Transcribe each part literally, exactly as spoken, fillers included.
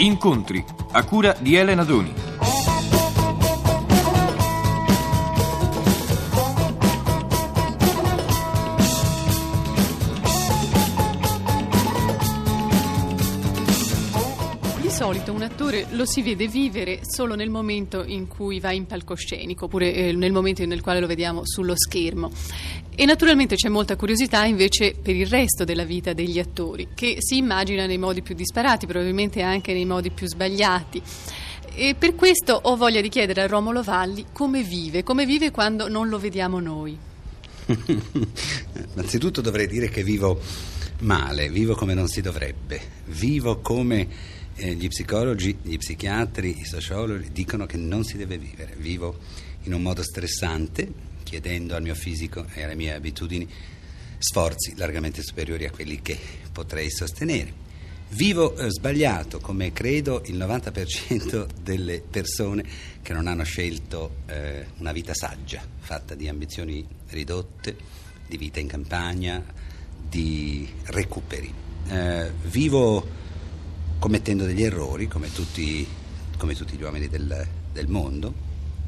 Incontri, a cura di Elena Doni. Di solito un attore lo si vede vivere solo nel momento in cui va in palcoscenico, oppure eh, nel momento nel quale lo vediamo sullo schermo. E naturalmente c'è molta curiosità invece per il resto della vita degli attori, che si immagina nei modi più disparati, probabilmente anche nei modi più sbagliati. E per questo ho voglia di chiedere a Romolo Valli come vive, come vive quando non lo vediamo noi. Innanzitutto dovrei dire che vivo male, vivo come non si dovrebbe, vivo come eh, gli psicologi, gli psichiatri, i sociologi dicono che non si deve vivere. Vivo in un modo stressante, chiedendo al mio fisico e alle mie abitudini sforzi largamente superiori a quelli che potrei sostenere. Vivo eh, sbagliato, come credo il novanta per cento delle persone che non hanno scelto eh, una vita saggia, fatta di ambizioni ridotte, di vita in campagna, di recuperi. Eh, vivo commettendo degli errori, come tutti, come tutti gli uomini del, del mondo.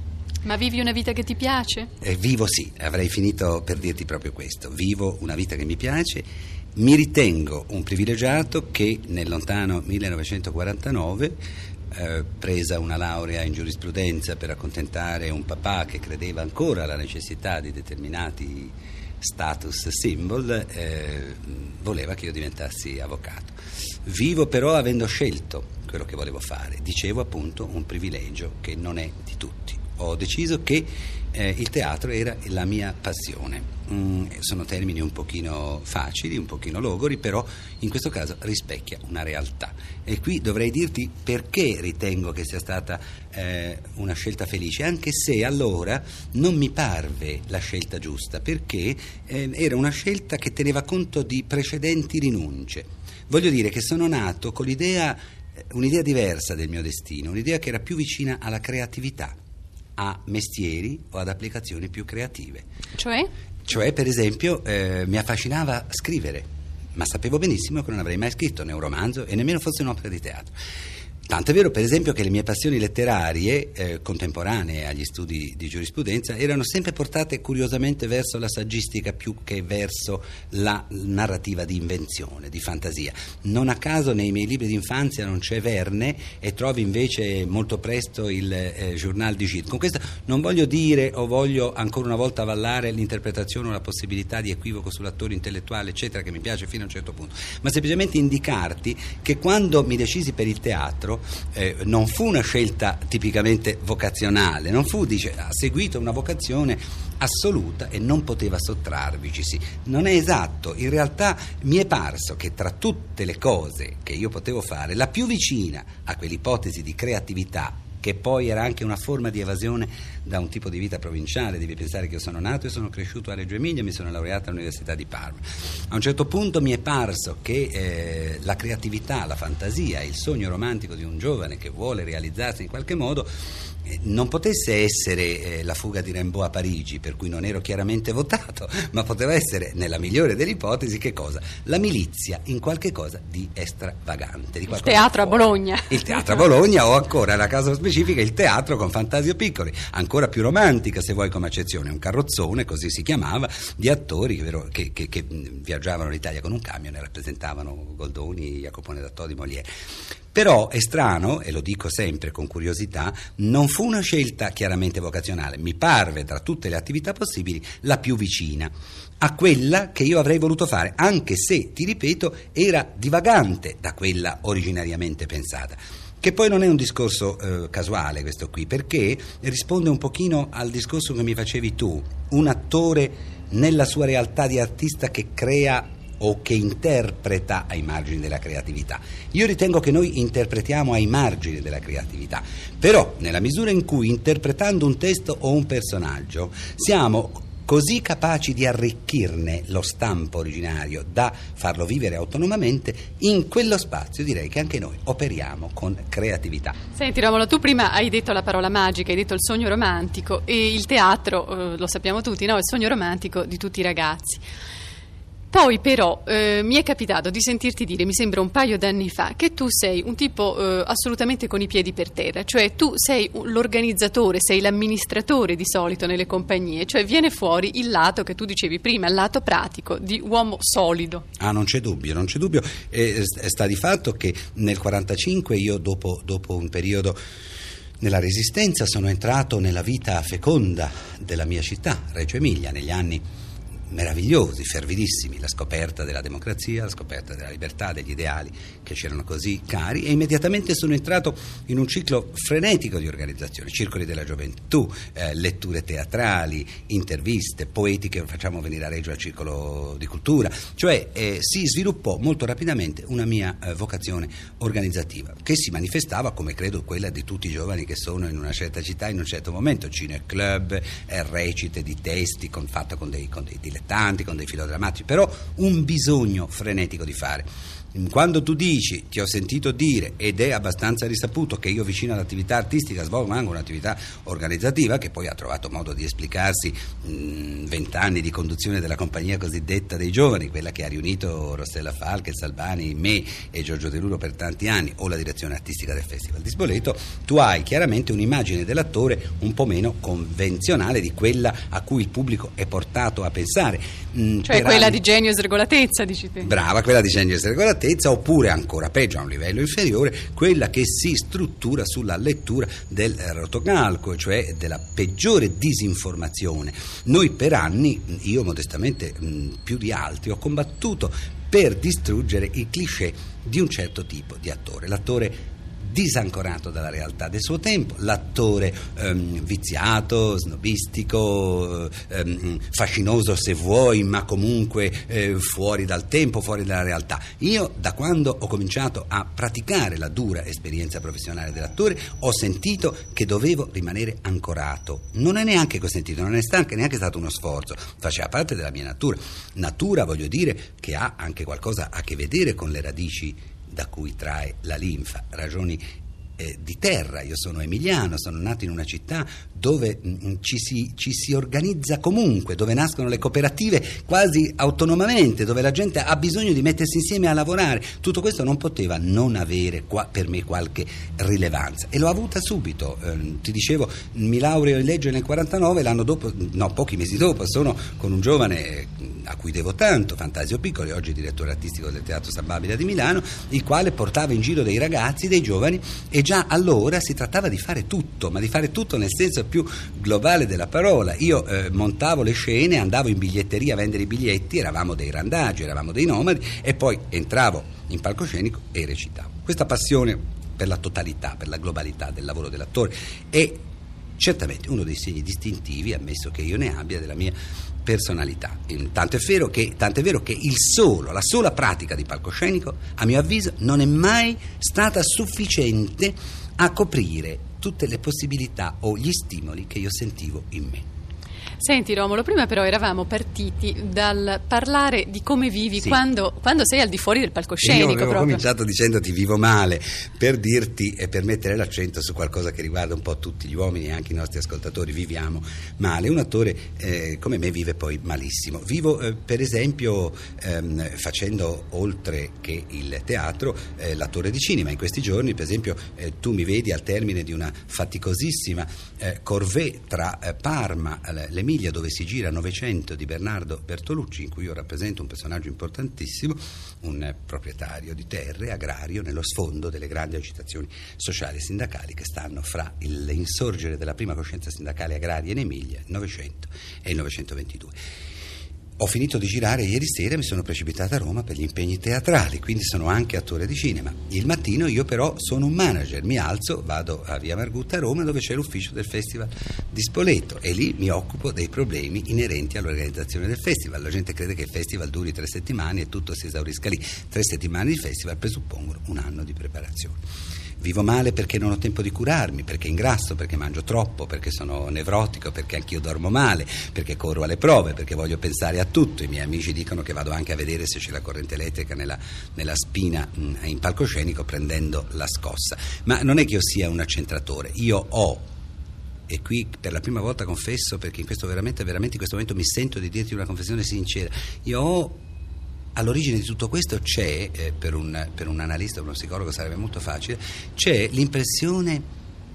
Ma vivi una vita che ti piace? Eh, vivo sì, avrei finito per dirti proprio questo. Vivo una vita che mi piace, mi ritengo un privilegiato che nel lontano millenovecentoquarantanove, eh, presa una laurea in giurisprudenza per accontentare un papà che credeva ancora alla necessità di determinati status symbol, eh, voleva che io diventassi avvocato. Vivo però avendo scelto quello che volevo fare, dicevo appunto un privilegio che non è di tutti. Ho deciso che eh, il teatro era la mia passione. Mm, sono termini un pochino facili, un pochino logori, però in questo caso rispecchia una realtà. E qui dovrei dirti perché ritengo che sia stata eh, una scelta felice, anche se allora non mi parve la scelta giusta, perché eh, era una scelta che teneva conto di precedenti rinunce. Voglio dire che sono nato con l'idea, un'idea diversa del mio destino, un'idea che era più vicina alla creatività, a mestieri o ad applicazioni più creative. Cioè? Cioè, per esempio, eh, mi affascinava scrivere, ma sapevo benissimo che non avrei mai scritto né un romanzo e nemmeno fosse un'opera di teatro. Tanto è vero, per esempio, che le mie passioni letterarie, eh, contemporanee agli studi di giurisprudenza, erano sempre portate curiosamente verso la saggistica più che verso la narrativa di invenzione, di fantasia. Non a caso nei miei libri di infanzia non c'è Verne e trovi invece molto presto il eh, Journal du Gide. Con questo non voglio dire o voglio ancora una volta avvallare l'interpretazione o la possibilità di equivoco sull'attore intellettuale, eccetera, che mi piace fino a un certo punto, ma semplicemente indicarti che quando mi decisi per il teatro, Eh, non fu una scelta tipicamente vocazionale, non fu, dice, ha seguito una vocazione assoluta e non poteva sottrarvicisi. Non è esatto, in realtà mi è parso che tra tutte le cose che io potevo fare, la più vicina a quell'ipotesi di creatività, che poi era anche una forma di evasione da un tipo di vita provinciale. Devi pensare che io sono nato e sono cresciuto a Reggio Emilia e mi sono laureato all'Università di Parma. A un certo punto mi è parso che eh, la creatività, la fantasia, il sogno romantico di un giovane che vuole realizzarsi in qualche modo eh, non potesse essere eh, la fuga di Rimbaud a Parigi, per cui non ero chiaramente votato, ma poteva essere, nella migliore delle ipotesi, che cosa? La milizia in qualche cosa di estravagante. Di il teatro a Bologna. Il teatro a Bologna o ancora, la casa specifica, il teatro con Fantasio Piccoli, ancora più romantica se vuoi come accezione, un carrozzone, così si chiamava, di attori che, che, che, che viaggiavano l'Italia con un camion e rappresentavano Goldoni, Jacopone da Todi, Molière. Però è strano, e lo dico sempre con curiosità, non fu una scelta chiaramente vocazionale, mi parve tra tutte le attività possibili la più vicina a quella che io avrei voluto fare, anche se, ti ripeto, era divagante da quella originariamente pensata. Che poi non è un discorso eh, casuale questo qui, perché risponde un pochino al discorso che mi facevi tu, un attore nella sua realtà di artista che crea o che interpreta ai margini della creatività. Io ritengo che noi interpretiamo ai margini della creatività, però nella misura in cui interpretando un testo o un personaggio siamo così capaci di arricchirne lo stampo originario da farlo vivere autonomamente, in quello spazio direi che anche noi operiamo con creatività. Senti Romolo, tu prima hai detto la parola magica, hai detto il sogno romantico, e il teatro, eh, lo sappiamo tutti, no? Il sogno romantico di tutti i ragazzi. Poi però eh, mi è capitato di sentirti dire, mi sembra un paio d'anni fa, che tu sei un tipo eh, assolutamente con i piedi per terra, cioè tu sei l'organizzatore, sei l'amministratore di solito nelle compagnie, cioè viene fuori il lato che tu dicevi prima, il lato pratico di uomo solido. Ah, non c'è dubbio, non c'è dubbio. Eh, sta di fatto che nel quarantacinque io dopo, dopo un periodo nella Resistenza sono entrato nella vita feconda della mia città, Reggio Emilia, negli anni meravigliosi, fervidissimi, la scoperta della democrazia, la scoperta della libertà, degli ideali che c'erano così cari, e immediatamente sono entrato in un ciclo frenetico di organizzazione, circoli della gioventù, eh, letture teatrali, interviste, poeti che facciamo venire a Reggio al circolo di cultura, cioè eh, si sviluppò molto rapidamente una mia eh, vocazione organizzativa, che si manifestava come credo quella di tutti i giovani che sono in una certa città in un certo momento, cineclub, eh, recite di testi con, fatte con dei, con dei dilettanti, con dei filodrammatici, però un bisogno frenetico di fare. Quando tu dici, ti ho sentito dire, ed è abbastanza risaputo, che io vicino all'attività artistica svolgo anche un'attività organizzativa che poi ha trovato modo di esplicarsi vent'anni di conduzione della compagnia cosiddetta dei giovani, quella che ha riunito Rossella Falche, Salvani, me e Giorgio De Lulo per tanti anni, o la direzione artistica del Festival di Spoleto. Tu hai chiaramente un'immagine dell'attore un po' meno convenzionale di quella a cui il pubblico è portato a pensare. Cioè quella anni... di genio e sregolatezza, dici te. Brava, quella di genio e sregolatezza, oppure ancora peggio, a un livello inferiore, quella che si struttura sulla lettura del rotocalco, cioè della peggiore disinformazione. Noi per anni, io modestamente più di altri, ho combattuto per distruggere i cliché di un certo tipo di attore, l'attore disancorato dalla realtà del suo tempo, l'attore ehm, viziato, snobistico, ehm, fascinoso se vuoi, ma comunque eh, fuori dal tempo, fuori dalla realtà. Io, da quando ho cominciato a praticare la dura esperienza professionale dell'attore, ho sentito che dovevo rimanere ancorato. Non è neanche consentito, non è stato neanche stato uno sforzo, faceva parte della mia natura. Natura, voglio dire, che ha anche qualcosa a che vedere con le radici da cui trae la linfa, ragioni eh, di terra. Io sono emiliano, sono nato in una città dove mh, ci, si, ci si organizza comunque, dove nascono le cooperative quasi autonomamente, dove la gente ha bisogno di mettersi insieme a lavorare. Tutto questo non poteva non avere qua, per me qualche rilevanza, e l'ho avuta subito. Eh, ti dicevo, mi laureo in legge nel quarantanove, l'anno dopo, no, pochi mesi dopo, sono con un giovane a cui devo tanto, Fantasio Piccoli, oggi direttore artistico del Teatro San Babila di Milano, il quale portava in giro dei ragazzi, dei giovani, e già allora si trattava di fare tutto, ma di fare tutto nel senso più globale della parola. Io eh, montavo le scene, andavo in biglietteria a vendere i biglietti, eravamo dei randaggi, eravamo dei nomadi, e poi entravo in palcoscenico e recitavo. Questa passione per la totalità, per la globalità del lavoro dell'attore è certamente uno dei segni distintivi, ammesso che io ne abbia, della mia personalità. Tanto è vero che, tanto è vero che il solo, la sola pratica di palcoscenico, a mio avviso, non è mai stata sufficiente a coprire tutte le possibilità o gli stimoli che io sentivo in me. Senti Romolo, prima però eravamo partiti dal parlare di come vivi, sì, quando, quando sei al di fuori del palcoscenico. Io avevo proprio. cominciato dicendoti vivo male, per dirti e per mettere l'accento su qualcosa che riguarda un po' tutti gli uomini e anche i nostri ascoltatori. Viviamo male. Un attore eh, come me vive poi malissimo. Vivo eh, per esempio ehm, facendo, oltre che il teatro, eh, l'attore di cinema. In questi giorni per esempio eh, tu mi vedi al termine di una faticosissima eh, corvée tra eh, Parma, l'Emilia, dove si gira Novecento di Bernardo Bertolucci, in cui io rappresento un personaggio importantissimo, un eh, proprietario di terre, agrario, nello sfondo delle grandi agitazioni sociali e sindacali che stanno fra l'insorgere della prima coscienza sindacale agraria in Emilia, il Novecento e il Novecentoventidue. Ho finito di girare ieri sera e mi sono precipitata a Roma per gli impegni teatrali, quindi sono anche attore di cinema. Il mattino io però sono un manager, mi alzo, vado a Via Margutta a Roma, dove c'è l'ufficio del Festival di Spoleto, e lì mi occupo dei problemi inerenti all'organizzazione del festival. La gente crede che il festival duri tre settimane e tutto si esaurisca lì. Tre settimane di festival presuppongono un anno di preparazione. Vivo male perché non ho tempo di curarmi, perché ingrasso, perché mangio troppo, perché sono nevrotico, perché anch'io dormo male, perché corro alle prove, perché voglio pensare a tutto. I miei amici dicono che vado anche a vedere se c'è la corrente elettrica nella, nella spina mh, in palcoscenico, prendendo la scossa. Ma non è che io sia un accentratore, io ho, e qui per la prima volta confesso, perché in questo veramente, veramente in questo momento mi sento di dirti una confessione sincera, io ho all'origine di tutto questo c'è, eh, per, un, per un analista o uno psicologo sarebbe molto facile, c'è l'impressione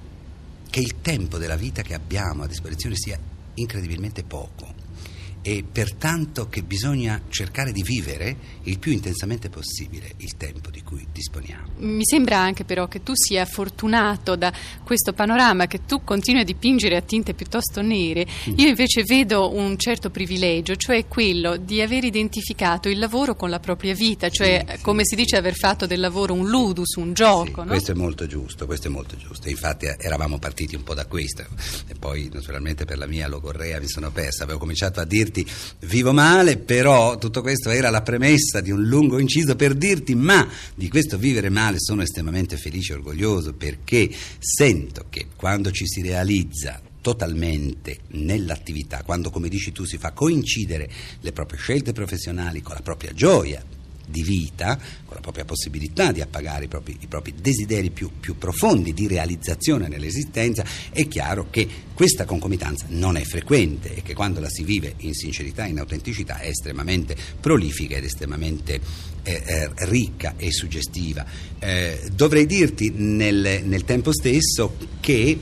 che il tempo della vita che abbiamo a disposizione sia incredibilmente poco e pertanto che bisogna cercare di vivere il più intensamente possibile il tempo di cui disponiamo. Mi sembra anche però che tu sia fortunato da questo panorama, che tu continui a dipingere a tinte piuttosto nere. Io invece vedo un certo privilegio, cioè quello di aver identificato il lavoro con la propria vita, cioè sì, come sì, si dice aver fatto del lavoro un ludus, un gioco. Sì, no? Questo è molto giusto, questo è molto giusto. Infatti eravamo partiti un po' da questo e poi naturalmente per la mia logorrea mi sono persa. Avevo cominciato a dirti vivo male, però tutto questo era la premessa di un lungo inciso per dirti ma di questo vivere male sono estremamente felice e orgoglioso, perché sento che quando ci si realizza totalmente nell'attività, quando come dici tu si fa coincidere le proprie scelte professionali con la propria gioia di vita, con la propria possibilità di appagare i propri, i propri desideri più, più profondi di realizzazione nell'esistenza, è chiaro che questa concomitanza non è frequente e che quando la si vive in sincerità e in autenticità è estremamente prolifica ed estremamente eh, eh, ricca e suggestiva. Eh, dovrei dirti nel, nel tempo stesso che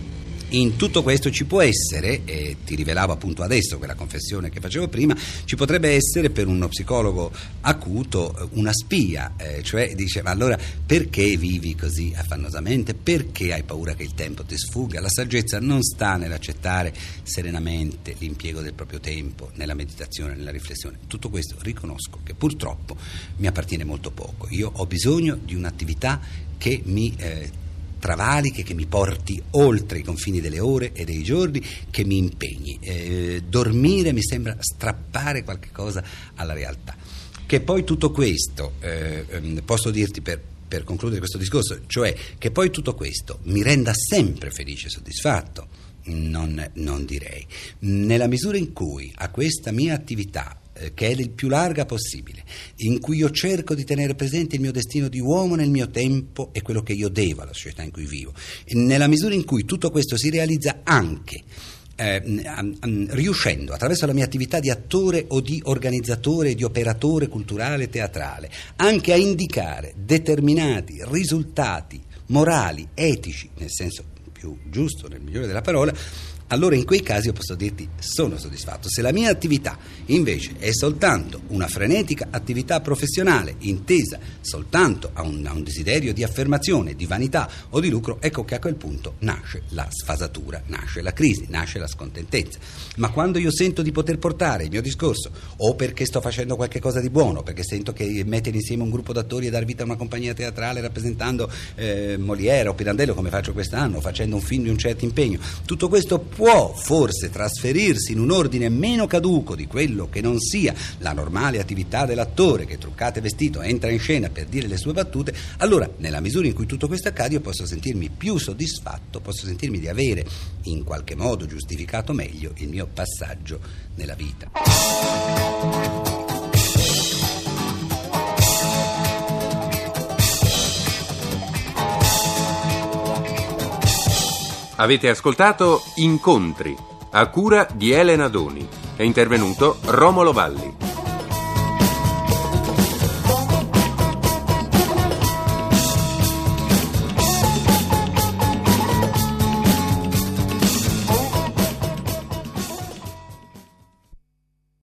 in tutto questo ci può essere, e ti rivelavo appunto adesso quella confessione che facevo prima, ci potrebbe essere per uno psicologo acuto una spia, eh, cioè dice ma allora perché vivi così affannosamente, perché hai paura che il tempo ti sfugga? La saggezza non sta nell'accettare serenamente l'impiego del proprio tempo nella meditazione, nella riflessione. Tutto questo riconosco che purtroppo mi appartiene molto poco. Io ho bisogno di un'attività che mi eh, travaliche, che mi porti oltre i confini delle ore e dei giorni, che mi impegni. Eh, dormire mi sembra strappare qualche cosa alla realtà. Che poi tutto questo, eh, posso dirti per, per concludere questo discorso, cioè che poi tutto questo mi renda sempre felice e soddisfatto, non, non direi. Nella misura in cui a questa mia attività, che è il più larga possibile, in cui io cerco di tenere presente il mio destino di uomo nel mio tempo e quello che io devo alla società in cui vivo, nella misura in cui tutto questo si realizza anche eh, riuscendo attraverso la mia attività di attore o di organizzatore, di operatore culturale teatrale, anche a indicare determinati risultati morali, etici, nel senso più giusto, nel migliore della parola, allora in quei casi io posso dirti sono soddisfatto. Se la mia attività invece è soltanto una frenetica attività professionale intesa soltanto a un, a un desiderio di affermazione, di vanità o di lucro, ecco che a quel punto nasce la sfasatura, nasce la crisi, nasce la scontentezza. Ma quando io sento di poter portare il mio discorso, o perché sto facendo qualche cosa di buono, perché sento che mettere insieme un gruppo d'attori e dar vita a una compagnia teatrale rappresentando eh, Molière o Pirandello come faccio quest'anno, facendo un film di un certo impegno, tutto questo può forse trasferirsi in un ordine meno caduco di quello che non sia la normale attività dell'attore che truccato e vestito entra in scena per dire le sue battute, allora nella misura in cui tutto questo accade io posso sentirmi più soddisfatto, posso sentirmi di avere in qualche modo giustificato meglio il mio passaggio nella vita. Avete ascoltato Incontri, a cura di Elena Doni. È intervenuto Romolo Valli.